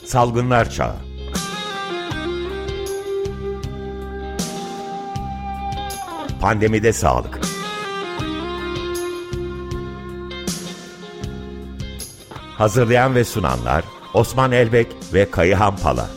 Salgınlar Çağı. Pandemide sağlık. Hazırlayan ve sunanlar Osman Elbek ve Kayıhan Pala.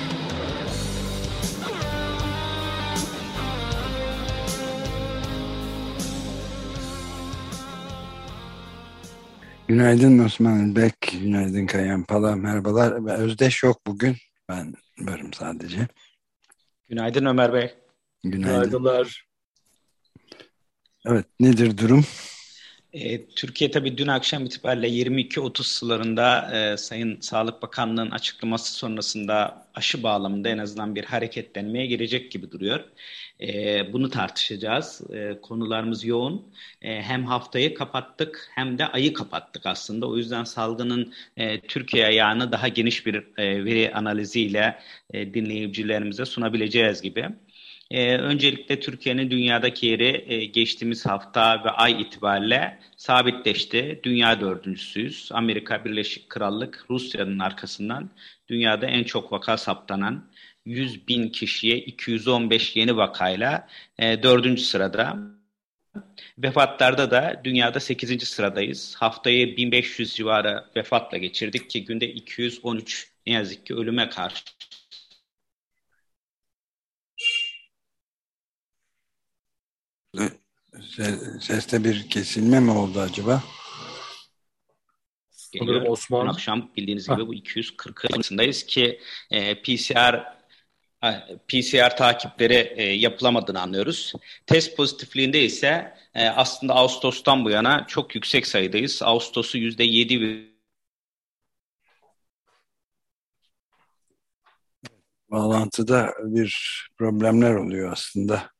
Günaydın Osman Elbek, günaydın Kayıhan Pala, merhabalar. Özdeş yok bugün, ben varım sadece. Günaydın Ömer Bey. Günaydın. Günaydınlar. Evet, nedir durum? Türkiye tabii dün akşam itibariyle 22.30 sularında Sayın Sağlık Bakanlığı'nın açıklaması sonrasında aşı bağlamında en azından bir hareketlenmeye girecek gibi duruyor. Bunu tartışacağız. Konularımız yoğun. Hem haftayı kapattık hem de ayı kapattık aslında. O yüzden salgının Türkiye ayağını daha geniş bir veri analiziyle dinleyicilerimize sunabileceğiz gibi. Öncelikle Türkiye'nin dünyadaki yeri geçtiğimiz hafta ve ay itibariyle sabitleşti. Dünya dördüncüsüyüz. Amerika Birleşik Krallık Rusya'nın arkasından dünyada en çok vaka saptanan 100 bin kişiye 215 yeni vakayla 4. sırada. Vefatlarda da dünyada 8. sıradayız. Haftayı 1500 civarı vefatla geçirdik ki günde 213 ne yazık ki ölüme karşı. Seste bir kesilme mi oldu acaba? Geliyor. Osman. Dün akşam bildiğiniz gibi bu 240 arasındayız ki PCR takipleri yapılamadığını anlıyoruz. Test pozitifliğinde ise aslında Ağustos'tan bu yana çok yüksek sayıdayız. Ağustos'u %7. Bağlantıda bir problemler oluyor aslında.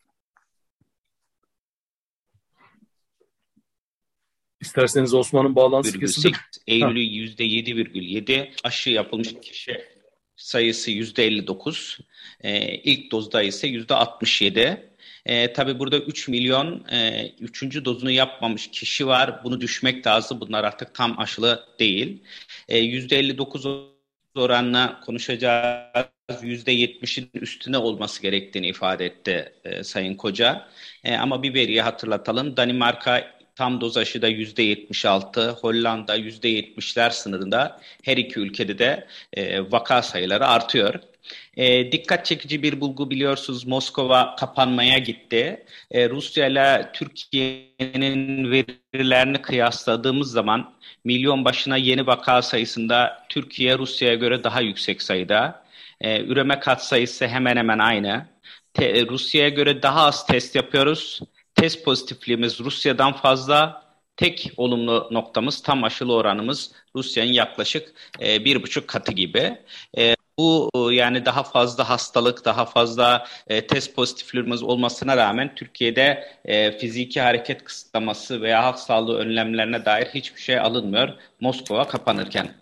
İsterseniz Osman'ın bağlantısı kesildi. Eylül'ü %7,7. Aşı yapılmış kişi sayısı %59. İlk dozda ise %67. Tabii burada 3 milyon 3. dozunu yapmamış kişi var. Bunu düşmek lazım. Bunlar artık tam aşılı değil. %59 oranla konuşacağız. %70'in üstüne olması gerektiğini ifade etti Sayın Koca. Ama bir veriyi hatırlatalım. Danimarka tam doz aşıda %76, Hollanda %70'ler sınırında, her iki ülkede de vaka sayıları artıyor. Dikkat çekici bir bulgu, biliyorsunuz Moskova kapanmaya gitti. Rusya ile Türkiye'nin verilerini kıyasladığımız zaman milyon başına yeni vaka sayısında Türkiye Rusya'ya göre daha yüksek sayıda. Üreme katsayısı hemen hemen aynı. Rusya'ya göre daha az test yapıyoruz. Test pozitifliğimiz Rusya'dan fazla. Tek olumlu noktamız tam aşılı oranımız Rusya'nın yaklaşık 1,5 katı gibi. Bu yani daha fazla hastalık, daha fazla test pozitifliğimiz olmasına rağmen Türkiye'de fiziki hareket kısıtlaması veya halk sağlığı önlemlerine dair hiçbir şey alınmıyor Moskova kapanırken.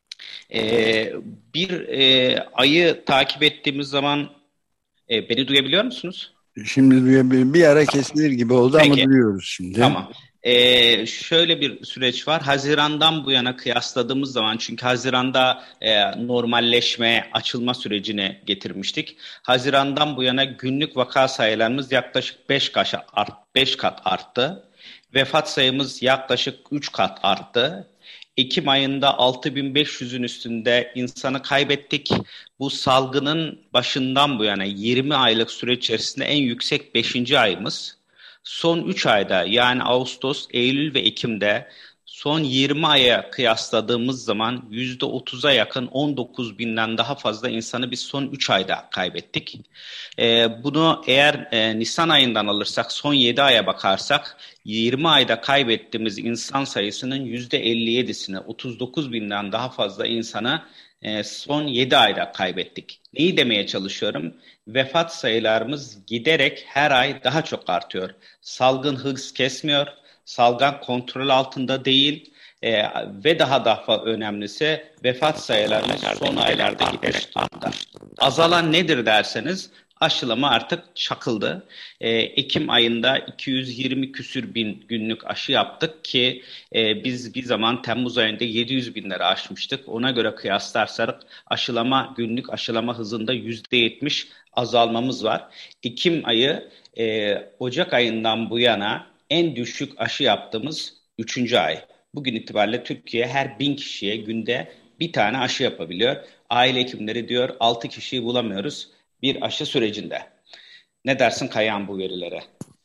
Ayı takip ettiğimiz zaman beni duyabiliyor musunuz? Şimdi bir ara kesilir gibi oldu. Peki. Ama duyuyoruz şimdi. Tamam. Şöyle bir süreç var. Haziran'dan bu yana kıyasladığımız zaman, çünkü Haziran'da normalleşme, açılma sürecini getirmiştik. Haziran'dan bu yana günlük vaka sayılarımız yaklaşık 5 kat arttı. Vefat sayımız yaklaşık 3 kat arttı. Ekim ayında 6.500'ün üstünde insanı kaybettik. Bu salgının başından bu yana 20 aylık süreç içerisinde en yüksek 5. ayımız. Son 3 ayda, yani Ağustos, Eylül ve Ekim'de son 20 aya kıyasladığımız zaman %30'a yakın 19 binden daha fazla insanı biz son 3 ayda kaybettik. Bunu eğer Nisan ayından alırsak, son 7 aya bakarsak 20 ayda kaybettiğimiz insan sayısının %57'sini, 39 binden daha fazla insanı son 7 ayda kaybettik. Neyi demeye çalışıyorum? Vefat sayılarımız giderek her ay daha çok artıyor. Salgın hız kesmiyor. Salgın kontrol altında değil. Ve daha önemlisi vefat sayılarımız son aylarda giderek arttı. Azalan nedir derseniz, aşılama artık çakıldı. Ekim ayında 220 küsür bin günlük aşı yaptık ki biz bir zaman Temmuz ayında 700 binleri aşmıştık. Ona göre kıyaslarsak günlük aşılama hızında %70 azalmamız var. Ekim ayı Ocak ayından bu yana en düşük aşı yaptığımız 3. ay. Bugün itibariyle Türkiye her 1000 kişiye günde bir tane aşı yapabiliyor. Aile hekimleri diyor 6 kişiyi bulamıyoruz bir aşı sürecinde. Ne dersin Kayahan bu verilere?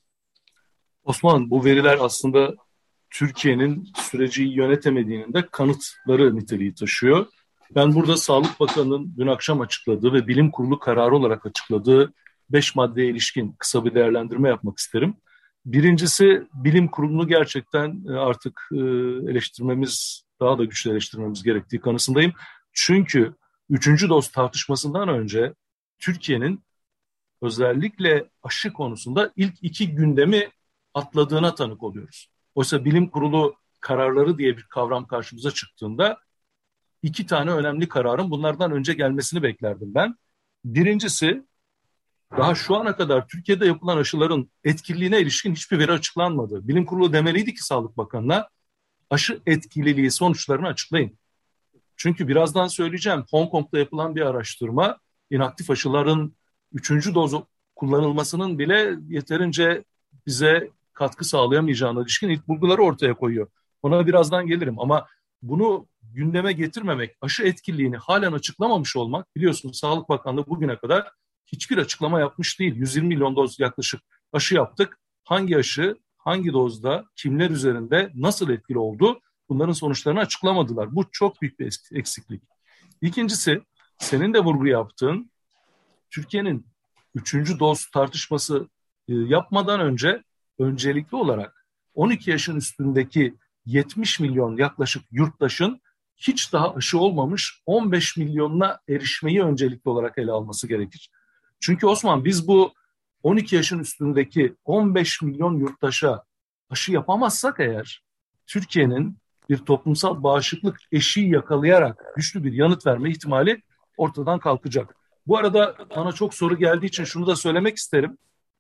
Osman, bu veriler aslında Türkiye'nin süreci yönetemediğinin de kanıtları niteliği taşıyor. Ben burada Sağlık Bakanı'nın dün akşam açıkladığı ve Bilim Kurulu kararı olarak açıkladığı 5 maddeye ilişkin kısa bir değerlendirme yapmak isterim. Birincisi, Bilim Kurulu'nu gerçekten artık eleştirmemiz, daha da güçlü eleştirmemiz gerektiği kanısındayım. Çünkü 3. doz tartışmasından önce Türkiye'nin özellikle aşı konusunda ilk 2 gündemi atladığına tanık oluyoruz. Oysa Bilim Kurulu kararları diye bir kavram karşımıza çıktığında 2 tane önemli kararın bunlardan önce gelmesini beklerdim ben. Birincisi, daha şu ana kadar Türkiye'de yapılan aşıların etkililiğine ilişkin hiçbir veri açıklanmadı. Bilim Kurulu demeliydi ki Sağlık Bakanı'na aşı etkililiği sonuçlarını açıklayın. Çünkü birazdan söyleyeceğim, Hong Kong'da yapılan bir araştırma inaktif aşıların 3. dozu kullanılmasının bile yeterince bize katkı sağlayamayacağına ilişkin ilk bulguları ortaya koyuyor. Ona birazdan gelirim ama bunu gündeme getirmemek, aşı etkililiğini halen açıklamamış olmak, biliyorsunuz Sağlık Bakanlığı bugüne kadar hiçbir açıklama yapmış değil. 120 milyon doz yaklaşık aşı yaptık. Hangi aşı, hangi dozda, kimler üzerinde, nasıl etkili oldu? Bunların sonuçlarını açıklamadılar. Bu çok büyük bir eksiklik. İkincisi, senin de vurgu yaptığın, Türkiye'nin 3. doz tartışması yapmadan önce öncelikli olarak 12 yaşın üstündeki 70 milyon yaklaşık yurttaşın hiç daha aşı olmamış 15 milyonuna erişmeyi öncelikli olarak ele alması gerekir. Çünkü Osman, biz bu 12 yaşın üstündeki 15 milyon yurttaşa aşı yapamazsak eğer, Türkiye'nin bir toplumsal bağışıklık eşiği yakalayarak güçlü bir yanıt verme ihtimali ortadan kalkacak. Bu arada bana çok soru geldiği için şunu da söylemek isterim.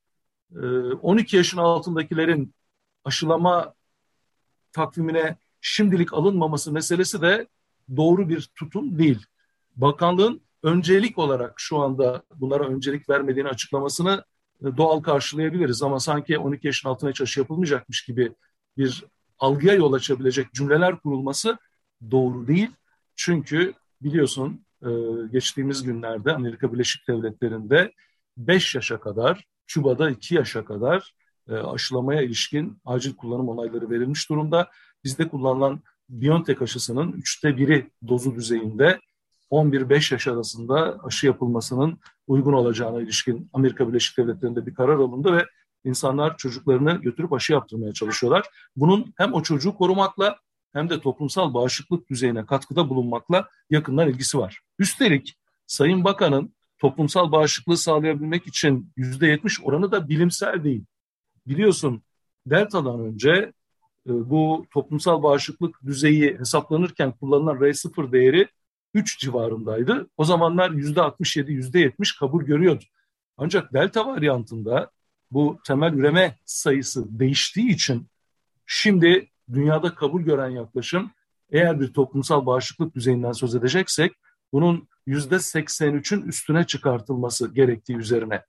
12 yaşın altındakilerin aşılama takvimine şimdilik alınmaması meselesi de doğru bir tutum değil. Bakanlığın öncelik olarak şu anda bunlara öncelik vermediğini açıklamasını doğal karşılayabiliriz. Ama sanki 12 yaşın altına hiç aşı yapılmayacakmış gibi bir algıya yol açabilecek cümleler kurulması doğru değil. Çünkü biliyorsun geçtiğimiz günlerde Amerika Birleşik Devletleri'nde 5 yaşa kadar, Küba'da 2 yaşa kadar aşılamaya ilişkin acil kullanım onayları verilmiş durumda. Bizde kullanılan BioNTech aşısının 1/3 dozu düzeyinde 11-5 yaş arasında aşı yapılmasının uygun olacağına ilişkin Amerika Birleşik Devletleri'nde bir karar alındı ve insanlar çocuklarını götürüp aşı yaptırmaya çalışıyorlar. Bunun hem o çocuğu korumakla hem de toplumsal bağışıklık düzeyine katkıda bulunmakla yakından ilgisi var. Üstelik Sayın Bakan'ın toplumsal bağışıklığı sağlayabilmek için %70 oranı da bilimsel değil. Biliyorsun, Delta'dan önce bu toplumsal bağışıklık düzeyi hesaplanırken kullanılan R0 değeri 3 civarındaydı. O zamanlar %67, %70 kabul görüyordu. Ancak Delta varyantında bu temel üreme sayısı değiştiği için şimdi dünyada kabul gören yaklaşım, eğer bir toplumsal bağışıklık düzeyinden söz edeceksek, bunun %83'ün üstüne çıkartılması gerektiği üzerine.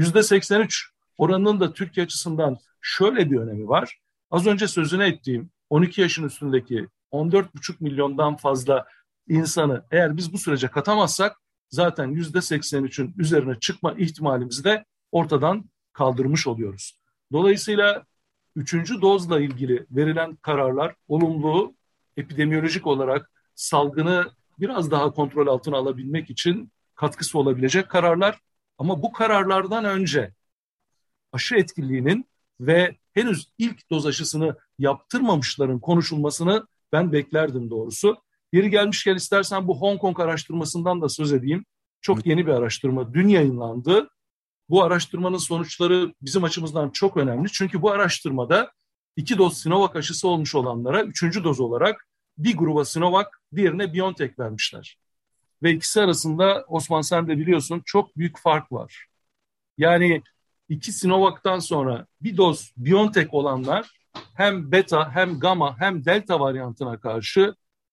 %83 oranının da Türkiye açısından şöyle bir önemi var. Az önce sözünü ettiğim 12 yaşın üstündeki 14,5 milyondan fazla insanı eğer biz bu sürece katamazsak zaten %83'ün üzerine çıkma ihtimalimizi de ortadan kaldırmış oluyoruz. Dolayısıyla 3. dozla ilgili verilen kararlar olumlu, epidemiyolojik olarak salgını biraz daha kontrol altına alabilmek için katkısı olabilecek kararlar. Ama bu kararlardan önce aşı etkililiğinin ve henüz ilk doz aşısını yaptırmamışların konuşulmasını ben beklerdim doğrusu. Yeri gelmişken istersen bu Hong Kong araştırmasından da söz edeyim. Çok yeni bir araştırma dün yayınlandı. Bu araştırmanın sonuçları bizim açımızdan çok önemli. Çünkü bu araştırmada 2 doz Sinovac aşısı olmuş olanlara 3. doz olarak bir gruba Sinovac, diğerine BioNTech vermişler. Ve ikisi arasında, Osman sen de biliyorsun, çok büyük fark var. Yani 2 Sinovac'tan sonra bir doz BioNTech olanlar hem beta hem gamma hem delta varyantına karşı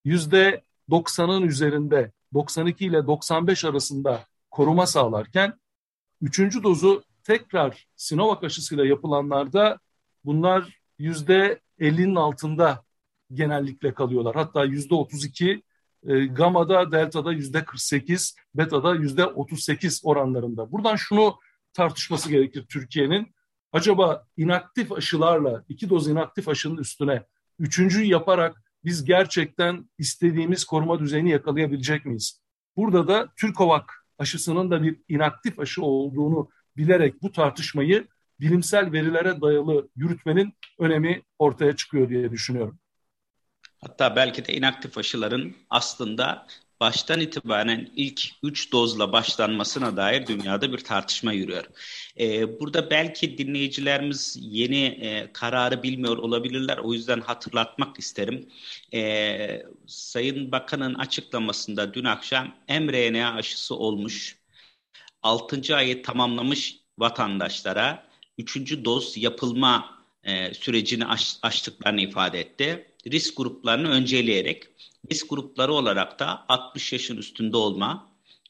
%90'ın üzerinde 92 ile 95 arasında koruma sağlarken üçüncü dozu tekrar Sinovac aşısıyla yapılanlarda bunlar %50'nin altında genellikle kalıyorlar. Hatta %32, Gamma'da, Delta'da %48, Beta'da %38 oranlarında. Buradan şunu tartışması gerekir Türkiye'nin. Acaba inaktif aşılarla 2 doz inaktif aşının üstüne üçüncüyü yaparak biz gerçekten istediğimiz koruma düzeyini yakalayabilecek miyiz? Burada da Türkovac aşısının da bir inaktif aşı olduğunu bilerek bu tartışmayı bilimsel verilere dayalı yürütmenin önemi ortaya çıkıyor diye düşünüyorum. Hatta belki de inaktif aşıların aslında baştan itibaren ilk 3 dozla başlanmasına dair dünyada bir tartışma yürüyor. Burada belki dinleyicilerimiz yeni kararı bilmiyor olabilirler. O yüzden hatırlatmak isterim. Sayın Bakan'ın açıklamasında dün akşam mRNA aşısı olmuş, 6. ayı tamamlamış vatandaşlara 3. doz yapılma sürecini açtıklarını ifade etti. Risk gruplarını önceleyerek, risk grupları olarak da 60 yaşın üstünde olma,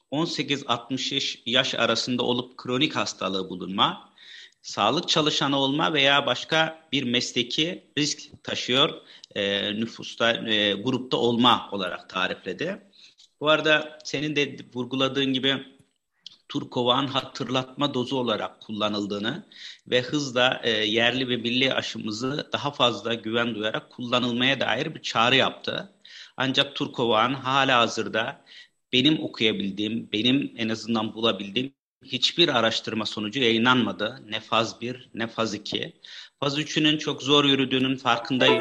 18-60 yaş arasında olup kronik hastalığı bulunma, sağlık çalışanı olma veya başka bir mesleki risk taşıyor nüfusta, grupta olma olarak tarifledi. Bu arada senin de vurguladığın gibi Turkovac'ın hatırlatma dozu olarak kullanıldığını ve hızla yerli ve milli aşımızı daha fazla güven duyarak kullanılmaya dair bir çağrı yaptı. Ancak Turkovac'ın halihazırda benim okuyabildiğim, benim en azından bulabildiğim hiçbir araştırma sonucu yayınlanmadı. Ne faz 1 ne faz 2. Faz 3'ünün çok zor yürüdüğünün farkındayım.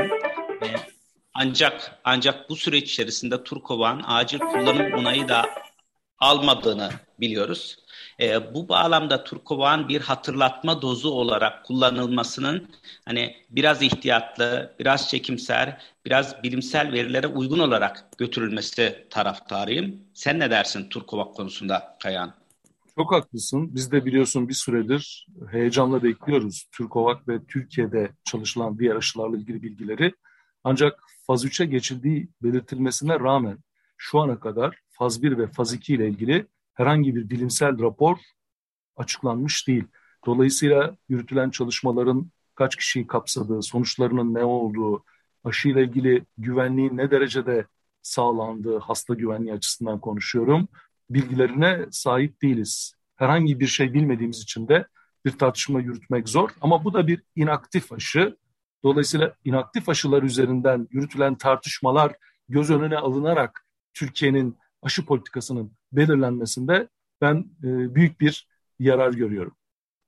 Ancak bu süreç içerisinde Turkovac'ın acil kullanım onayı da almadığını biliyoruz. Bu bağlamda Turkovac'ın bir hatırlatma dozu olarak kullanılmasının hani biraz ihtiyatlı, biraz çekimser, biraz bilimsel verilere uygun olarak götürülmesi taraftarıyım. Sen ne dersin Turkovac konusunda Kayan? Çok haklısın. Biz de biliyorsun bir süredir heyecanla bekliyoruz Turkovac ve Türkiye'de çalışılan diğer aşılarla ilgili bilgileri. Ancak faz 3'e geçildiği belirtilmesine rağmen şu ana kadar faz 1 ve faz 2 ile ilgili herhangi bir bilimsel rapor açıklanmış değil. Dolayısıyla yürütülen çalışmaların kaç kişiyi kapsadığı, sonuçlarının ne olduğu, aşıyla ilgili güvenliğin ne derecede sağlandığı, hasta güvenliği açısından konuşuyorum, bilgilerine sahip değiliz. Herhangi bir şey bilmediğimiz için de bir tartışma yürütmek zor ama bu da bir inaktif aşı. Dolayısıyla inaktif aşılar üzerinden yürütülen tartışmalar göz önüne alınarak Türkiye'nin aşı politikasının belirlenmesinde ben büyük bir yarar görüyorum.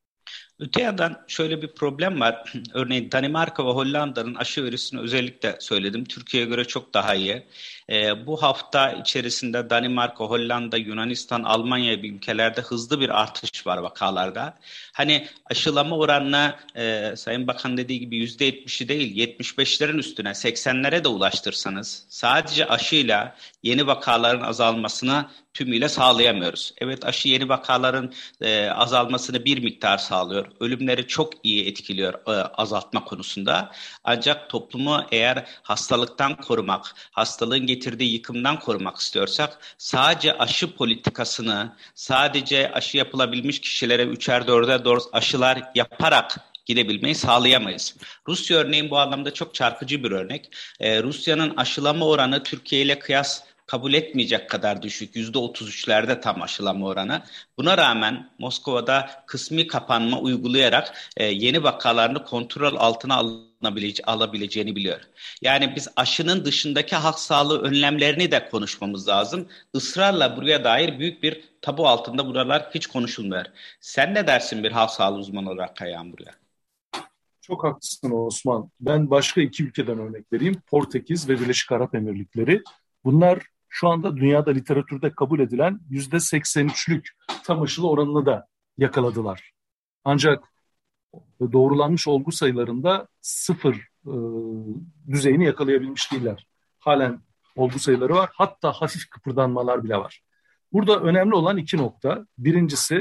Öte yandan şöyle bir problem var. Örneğin Danimarka ve Hollanda'nın aşı verisini özellikle söyledim. Türkiye'ye göre çok daha iyi. Bu hafta içerisinde Danimarka, Hollanda, Yunanistan, Almanya gibi ülkelerde hızlı bir artış var vakalarda. Hani aşılama oranına Sayın Bakan dediği gibi %70'i değil 75'lerin üstüne 80'lere de ulaştırsanız sadece aşıyla yeni vakaların azalmasını tümüyle sağlayamıyoruz. Evet, aşı yeni vakaların azalmasını bir miktar sağlıyor. Ölümleri çok iyi etkiliyor azaltma konusunda. Ancak toplumu eğer hastalıktan korumak, hastalığın getirdiği yıkımdan korumak istiyorsak sadece aşı politikasını, sadece aşı yapılabilmiş kişilere 3'er 4'er doz aşılar yaparak gidebilmeyi sağlayamayız. Rusya örneğin bu anlamda çok çarpıcı bir örnek. Rusya'nın aşılama oranı Türkiye ile kıyas kabul etmeyecek kadar düşük. %33'lerde tam aşılama oranı. Buna rağmen Moskova'da kısmi kapanma uygulayarak yeni vakalarını kontrol altına alabileceğini biliyor. Yani biz aşının dışındaki halk sağlığı önlemlerini de konuşmamız lazım. Israrla buraya dair büyük bir tabu altında buralar hiç konuşulmuyor. Sen ne dersin bir halk sağlığı uzmanı olarak Kayan buraya? Çok haklısın Osman. Ben başka 2 ülkeden örnek vereyim. Portekiz ve Birleşik Arap Emirlikleri. Bunlar şu anda dünyada literatürde kabul edilen %83'lük tam aşılı oranını da yakaladılar. Ancak doğrulanmış olgu sayılarında 0 düzeyini yakalayabilmiş değiller. Halen olgu sayıları var. Hatta hafif kıpırdanmalar bile var. Burada önemli olan 2 nokta. Birincisi,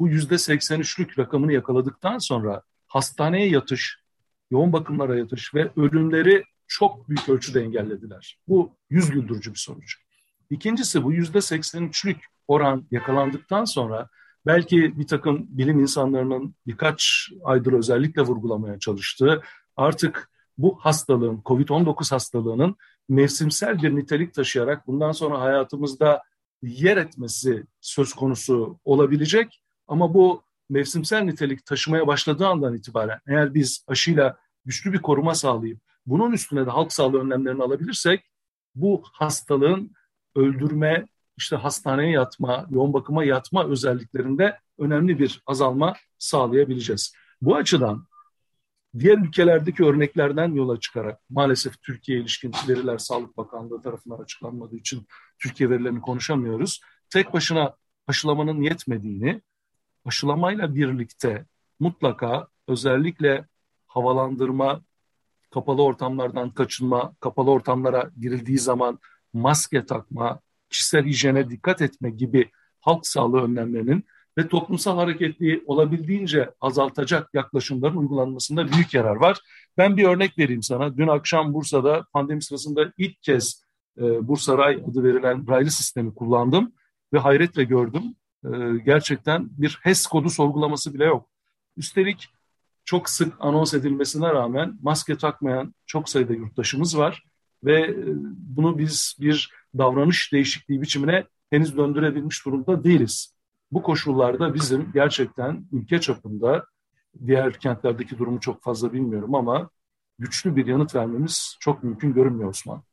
bu %83'lük rakamını yakaladıktan sonra hastaneye yatış, yoğun bakımlara yatış ve ölümleri çok büyük ölçüde engellediler. Bu yüz güldürücü bir sonuç. İkincisi, bu %83'lük oran yakalandıktan sonra belki bir takım bilim insanlarının birkaç aydır özellikle vurgulamaya çalıştığı, artık bu hastalığın, COVID-19 hastalığının mevsimsel bir nitelik taşıyarak bundan sonra hayatımızda yer etmesi söz konusu olabilecek. Ama bu mevsimsel nitelik taşımaya başladığı andan itibaren eğer biz aşıyla güçlü bir koruma sağlayıp bunun üstüne de halk sağlığı önlemlerini alabilirsek bu hastalığın öldürme, işte hastaneye yatma, yoğun bakıma yatma özelliklerinde önemli bir azalma sağlayabileceğiz. Bu açıdan diğer ülkelerdeki örneklerden yola çıkarak, maalesef Türkiye'ye ilişkin veriler Sağlık Bakanlığı tarafından açıklanmadığı için Türkiye verilerini konuşamıyoruz. Tek başına aşılamanın yetmediğini, aşılamayla birlikte mutlaka özellikle havalandırma, kapalı ortamlardan kaçınma, kapalı ortamlara girildiği zaman maske takma, kişisel hijyene dikkat etme gibi halk sağlığı önlemlerinin ve toplumsal hareketliliği olabildiğince azaltacak yaklaşımların uygulanmasında büyük yarar var. Ben bir örnek vereyim sana. Dün akşam Bursa'da pandemi sırasında ilk kez Bursa Ray adı verilen raylı sistemi kullandım ve hayretle gördüm. Gerçekten bir HES kodu sorgulaması bile yok. Üstelik çok sık anons edilmesine rağmen maske takmayan çok sayıda yurttaşımız var ve bunu biz bir davranış değişikliği biçimine henüz döndürebilmiş durumda değiliz. Bu koşullarda bizim gerçekten ülke çapında, diğer kentlerdeki durumu çok fazla bilmiyorum ama güçlü bir yanıt vermemiz çok mümkün görünmüyor Osman.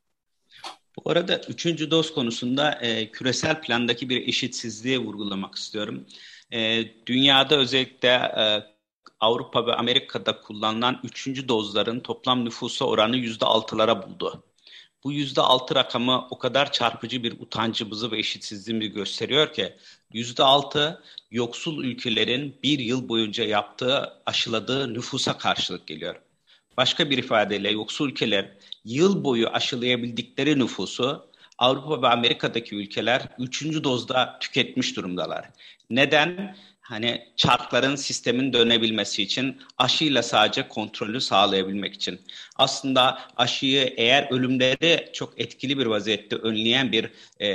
Bu arada 3. doz konusunda küresel plandaki bir eşitsizliğe vurgulamak istiyorum. Dünyada özellikle Avrupa ve Amerika'da kullanılan 3. dozların toplam nüfusa oranı %6'lara buldu. Bu %6 rakamı o kadar çarpıcı bir utancımızı ve eşitsizliğimizi gösteriyor ki %6 yoksul ülkelerin bir yıl boyunca aşıladığı nüfusa karşılık geliyor. Başka bir ifadeyle yoksul ülkeler yıl boyu aşılayabildikleri nüfusu Avrupa ve Amerika'daki ülkeler 3. dozda tüketmiş durumdalar. Neden? Çarkların, sistemin dönebilmesi için, aşıyla sadece kontrolü sağlayabilmek için. Aslında aşıyı eğer ölümleri çok etkili bir vaziyette önleyen bir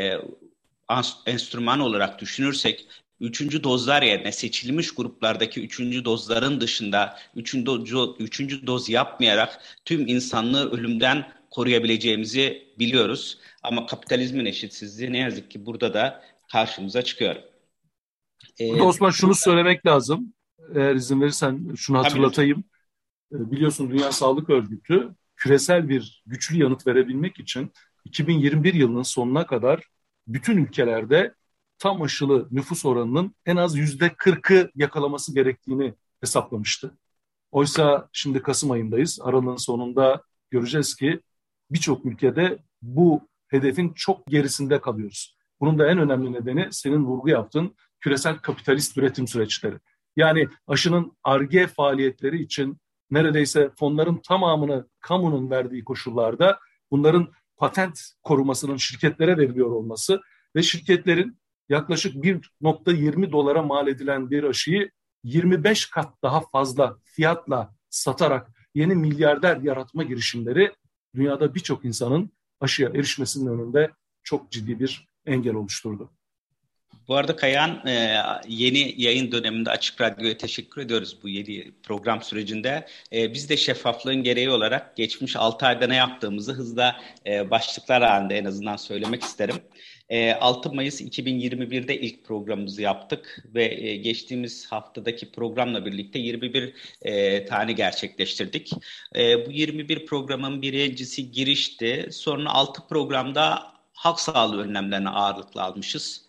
enstrüman olarak düşünürsek, 3. dozlar yerine seçilmiş gruplardaki 3. dozların dışında 3. doz yapmayarak tüm insanlığı ölümden koruyabileceğimizi biliyoruz. Ama kapitalizmin eşitsizliği ne yazık ki burada da karşımıza çıkıyor. Burada Osman şunu söylemek lazım. Eğer izin verirsen şunu hatırlatayım. Biliyorsun Dünya Sağlık Örgütü küresel bir güçlü yanıt verebilmek için 2021 yılının sonuna kadar bütün ülkelerde tam aşılı nüfus oranının en az %40'ı yakalaması gerektiğini hesaplamıştı. Oysa şimdi Kasım ayındayız. Aralığın sonunda göreceğiz ki birçok ülkede bu hedefin çok gerisinde kalıyoruz. Bunun da en önemli nedeni senin vurgu yaptığın küresel kapitalist üretim süreçleri. Yani aşının Ar-Ge faaliyetleri için neredeyse fonların tamamını kamunun verdiği koşullarda bunların patent korumasının şirketlere veriliyor olması ve şirketlerin yaklaşık $1.20 mal edilen bir aşıyı 25 kat daha fazla fiyatla satarak yeni milyarder yaratma girişimleri dünyada birçok insanın aşıya erişmesinin önünde çok ciddi bir engel oluşturdu. Bu arada Kayan, yeni yayın döneminde Açık Radyo'ya teşekkür ediyoruz bu yeni program sürecinde. Biz de şeffaflığın gereği olarak geçmiş 6 ayda ne yaptığımızı hızla başlıklar halinde en azından söylemek isterim. 6 Mayıs 2021'de ilk programımızı yaptık ve geçtiğimiz haftadaki programla birlikte 21 tane gerçekleştirdik. Bu 21 programın birincisi girişti. Sonra 6 programda halk sağlığı önlemlerine ağırlıklı almışız.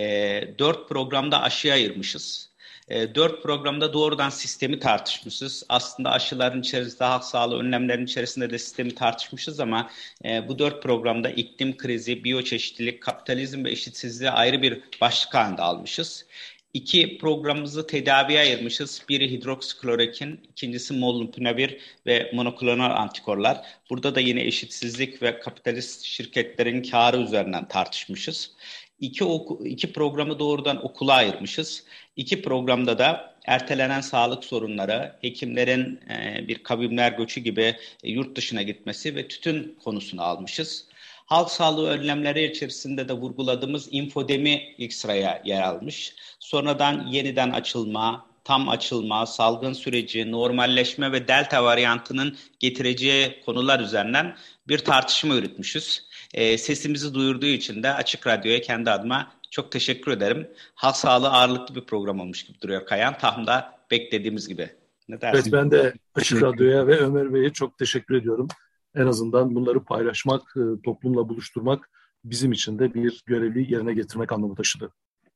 4 programda aşıya ayırmışız. 4 programda doğrudan sistemi tartışmışız. Aslında aşıların içerisinde, halk sağlığı önlemlerinin içerisinde de sistemi tartışmışız ama bu 4 programda iklim krizi, biyoçeşitlilik, kapitalizm ve eşitsizliği ayrı bir başlık halinde almışız. 2 programımızı tedaviye ayırmışız. Biri hidroksiklorokin, ikincisi molnupiravir ve monoklonal antikorlar. Burada da yine eşitsizlik ve kapitalist şirketlerin karı üzerinden tartışmışız. İki programı doğrudan okula ayırmışız. 2 programda da ertelenen sağlık sorunları, hekimlerin bir kavimler göçü gibi yurt dışına gitmesi ve tütün konusunu almışız. Halk sağlığı önlemleri içerisinde de vurguladığımız infodemi ilk sıraya yer almış. Sonradan yeniden açılma, tam açılma, salgın süreci, normalleşme ve delta varyantının getireceği konular üzerinden bir tartışma yürütmüşüz. Sesimizi duyurduğu için de Açık Radyo'ya kendi adıma çok teşekkür ederim. Halk sağlığı ağırlıklı bir program olmuş gibi duruyor Kayan. Tam da beklediğimiz gibi. Ne dersin? Evet, ben de Açık Radyo'ya ve Ömer Bey'e çok teşekkür ediyorum. En azından bunları paylaşmak, toplumla buluşturmak bizim için de bir görevi yerine getirmek anlamı taşıdı.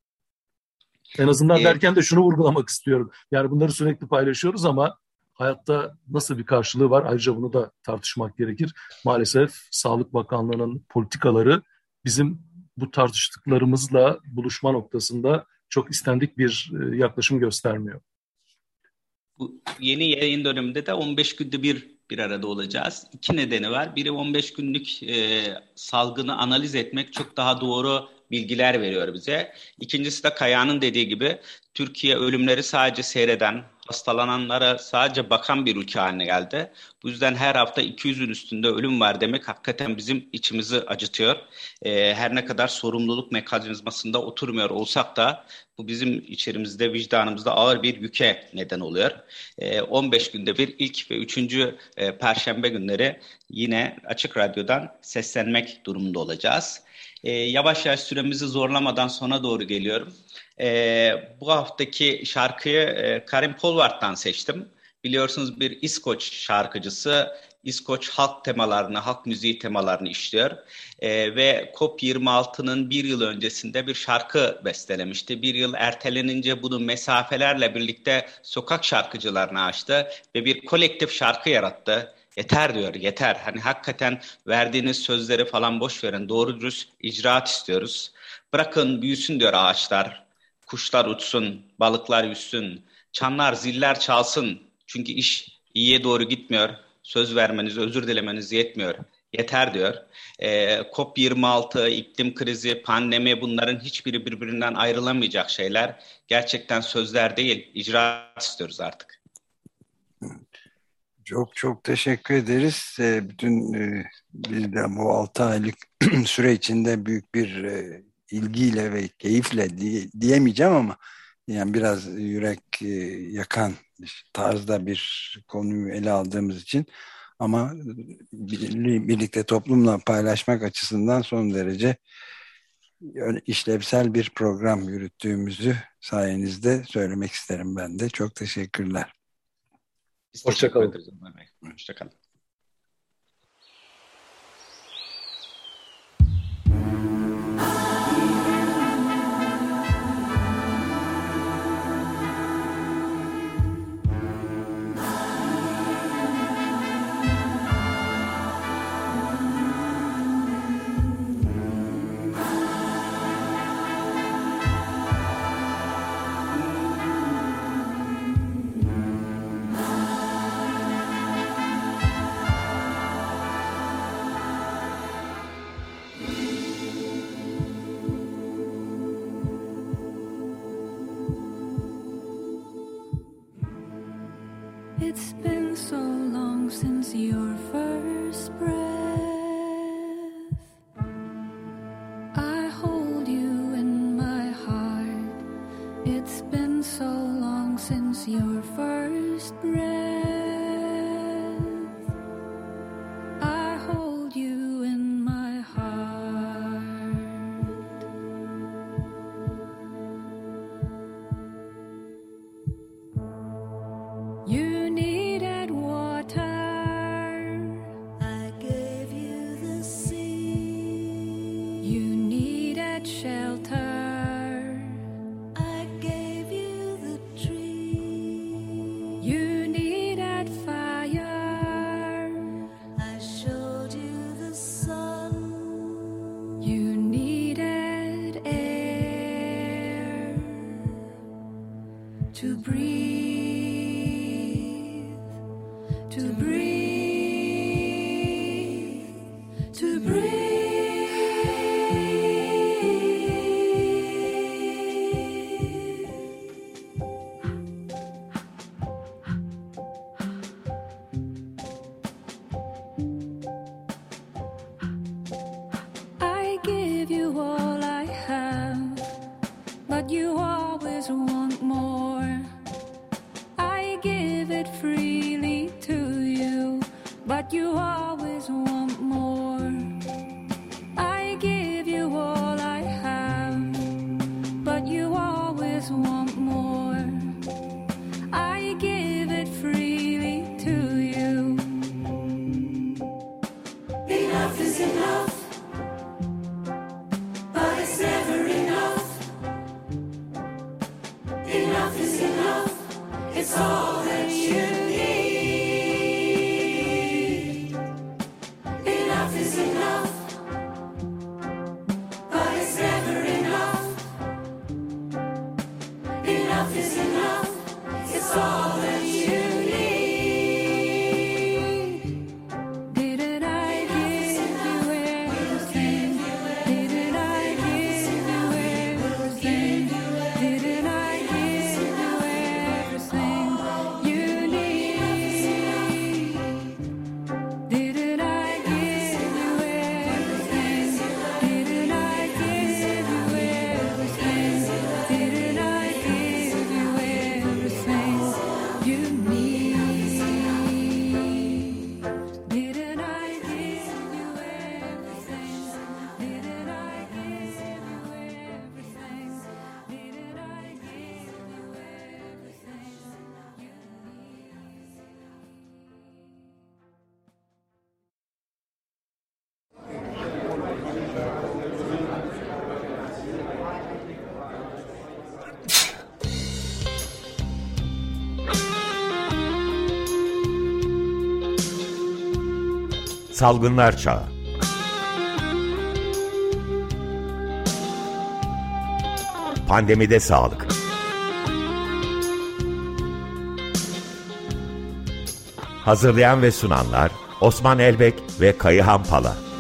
En azından derken de şunu vurgulamak istiyorum. Yani bunları sürekli paylaşıyoruz ama hayatta nasıl bir karşılığı var? Ayrıca bunu da tartışmak gerekir. Maalesef Sağlık Bakanlığı'nın politikaları bizim bu tartıştıklarımızla buluşma noktasında çok istendik bir yaklaşım göstermiyor. Bu yeni yayın döneminde de 15 günde bir arada olacağız. 2 nedeni var. Biri 15 günlük salgını analiz etmek çok daha doğru bilgiler veriyor bize. İkincisi de Kaya'nın dediği gibi Türkiye ölümleri sadece seyreden, hastalananlara sadece bakan bir ülke haline geldi. Bu yüzden her hafta 200'ün üstünde ölüm var demek hakikaten bizim içimizi acıtıyor. Her ne kadar sorumluluk mekanizmasında oturmuyor olsak da bu bizim içerimizde, vicdanımızda ağır bir yüke neden oluyor. 15 günde bir ilk ve 3. Perşembe günleri yine Açık Radyo'dan seslenmek durumunda olacağız. Yavaş yavaş süremizi zorlamadan sona doğru geliyorum. Bu haftaki şarkıyı Karin Polvart'tan seçtim. Biliyorsunuz bir İskoç şarkıcısı, İskoç halk temalarını, halk müziği temalarını işliyor. Ve COP26'nın bir yıl öncesinde bir şarkı bestelemişti. Bir yıl ertelenince bunu mesafelerle birlikte sokak şarkıcılarına açtı ve bir kolektif şarkı yarattı. Yeter diyor, yeter. Hani hakikaten verdiğiniz sözleri falan boş verin. Doğru dürüst icraat istiyoruz. Bırakın büyüsün diyor ağaçlar. Kuşlar uçsun, balıklar yüzsün. Çanlar, ziller çalsın. Çünkü iş iyiye doğru gitmiyor. Söz vermeniz, özür dilemeniz yetmiyor. Yeter diyor. COP26, iklim krizi, pandemi bunların hiçbiri birbirinden ayrılamayacak şeyler. Gerçekten sözler değil, icraat istiyoruz artık. Çok çok teşekkür ederiz. Bütün biz de bu 6 aylık süre içinde büyük bir ilgiyle ve keyifle diyemeyeceğim ama yani biraz yürek yakan tarzda bir konuyu ele aldığımız için ama birlikte toplumla paylaşmak açısından son derece işlevsel bir program yürüttüğümüzü sayenizde söylemek isterim ben de. Çok teşekkürler. Hoşçakalın. Hoşçakalın. It's been so long since your first breath. I hold you in my heart. It's been so long since your first breath. I hold you in my heart. You needed water, I gave you the sea. You needed shelter, I gave you the tree. You needed fire, I showed you the sun. You needed air to breathe. To breathe, to breathe. always want more. I give it freely to you, but you always want more. I give you all I have, but you always want more. I give it freely to you. Enough is enough, but it's never enough. Enough is enough, it's all that you need. Enough is enough, but it's never enough. Enough is enough, it's all that you need. Didn't I give you everything? Didn't I give you everything? Didn't I give you everything you need? Didn't I give you everything? Didn't I give you everything? Didn't I give you everything you need? Didn't I give you everything? Didn't I give you everything? Didn't I give you everything you Salgınlar Çağı. Pandemide sağlık. Hazırlayan ve sunanlar Osman Elbek ve Kayıhan Pala.